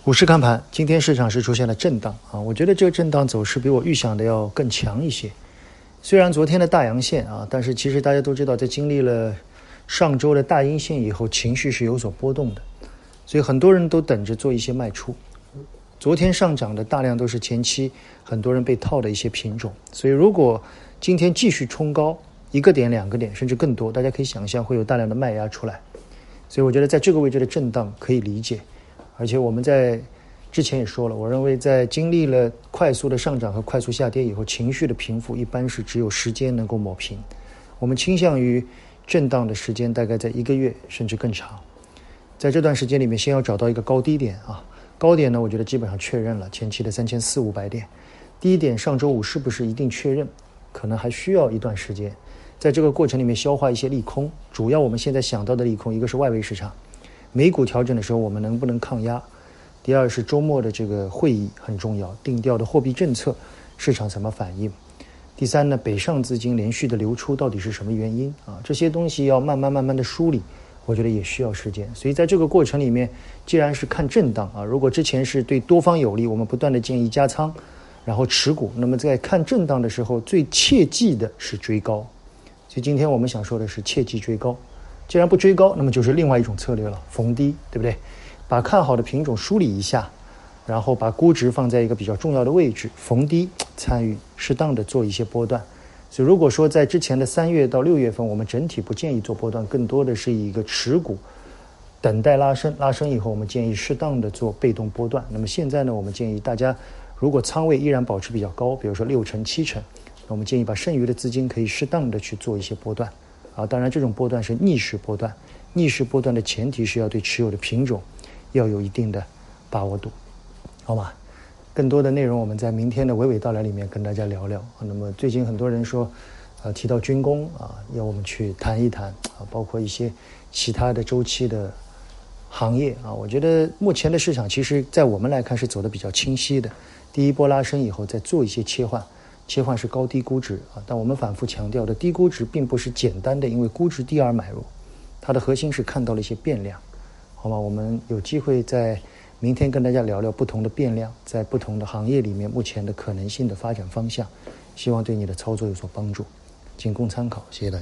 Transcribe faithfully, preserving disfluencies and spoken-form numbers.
股市看盘，今天市场是出现了震荡啊，我觉得这个震荡走势比我预想的要更强一些。虽然昨天的大阳线啊，但是其实大家都知道，在经历了上周的大阴线以后，情绪是有所波动的，所以很多人都等着做一些卖出。昨天上涨的大量都是前期很多人被套的一些品种，所以如果今天继续冲高一个点、两个点，甚至更多，大家可以想象会有大量的卖压出来。所以我觉得在这个位置的震荡可以理解。而且我们在之前也说了，我认为在经历了快速的上涨和快速下跌以后，情绪的平复一般是只有时间能够抹平。我们倾向于震荡的时间大概在一个月甚至更长。在这段时间里面，先要找到一个高低点啊，高点呢，我觉得基本上确认了前期的三千四五百点。低点上周五是不是一定确认？可能还需要一段时间。在这个过程里面消化一些利空，主要我们现在想到的利空，一个是外围市场。美股调整的时候我们能不能抗压，第二是周末的这个会议很重要，定调的货币政策市场怎么反应，第三呢，北上资金连续的流出到底是什么原因啊？这些东西要慢慢慢慢的梳理，我觉得也需要时间。所以在这个过程里面，既然是看震荡啊，如果之前是对多方有利，我们不断的建议加仓然后持股，那么在看震荡的时候最切记的是追高。所以今天我们想说的是切记追高，既然不追高，那么就是另外一种策略了，逢低，对不对？把看好的品种梳理一下，然后把估值放在一个比较重要的位置，逢低参与，适当的做一些波段。所以如果说在之前的三月到六月份，我们整体不建议做波段，更多的是以一个持股等待拉升，拉升以后我们建议适当的做被动波段。那么现在呢，我们建议大家如果仓位依然保持比较高，比如说六成七成，我们建议把剩余的资金可以适当的去做一些波段啊。当然这种波段是逆势波段，逆势波段的前提是要对持有的品种要有一定的把握度，好吗？更多的内容我们在明天的娓娓道来里面跟大家聊聊。那么最近很多人说呃，提到军工啊，要我们去谈一谈啊，包括一些其他的周期的行业啊，我觉得目前的市场其实在我们来看是走得比较清晰的。第一波拉升以后再做一些切换，切换是高低估值啊，但我们反复强调的低估值并不是简单的因为估值低而买入，它的核心是看到了一些变量，好吗？我们有机会在明天跟大家聊聊不同的变量在不同的行业里面目前的可能性的发展方向，希望对你的操作有所帮助，仅供参考，谢谢大家。